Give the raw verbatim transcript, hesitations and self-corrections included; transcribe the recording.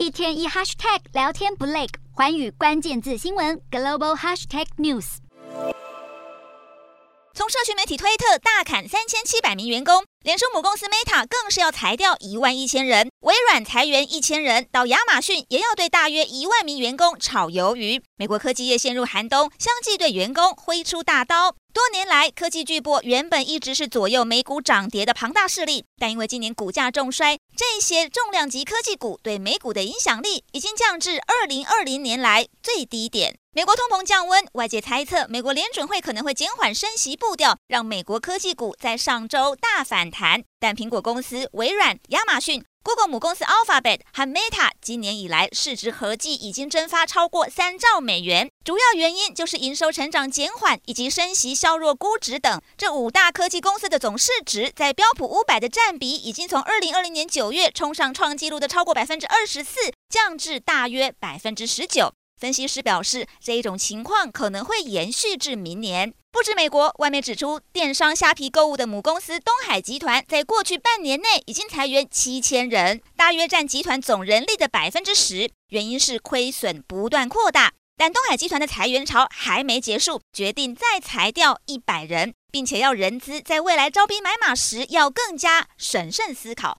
一天一 hashtag 聊天不累，寰宇关键字新闻 global hashtag news。 从社群媒体推特大砍三千七百名员工，脸书母公司 Meta 更是要裁掉一万一千人，微软裁员一千人，到亚马逊也要对大约一万名员工炒鱿鱼。美国科技业陷入寒冬，相继对员工挥出大刀。多年来，科技巨擘原本一直是左右美股涨跌的庞大势力，但因为今年股价重摔，这些重量级科技股对美股的影响力已经降至二零二零年来最低点。美国通膨降温，外界猜测美国联准会可能会减缓升息步调，让美国科技股在上周大反弹。但苹果公司、微软、亚马逊、Google 母公司 Alphabet 和 Meta 今年以来市值合计已经蒸发超过三兆美元，主要原因就是营收成长减缓以及升息削弱估值等。这五大科技公司的总市值在标普五百的占比已经从二零二零年九月冲上创纪录的超过 百分之二十四， 降至大约 百分之十九。分析师表示，这一种情况可能会延续至明年。不止美国，外媒指出，电商虾皮购物的母公司东海集团在过去半年内已经裁员七千人，大约占集团总人力的 百分之十， 原因是亏损不断扩大。但东海集团的裁员潮还没结束，决定再裁掉一百人，并且要人资在未来招兵买马时要更加审慎思考。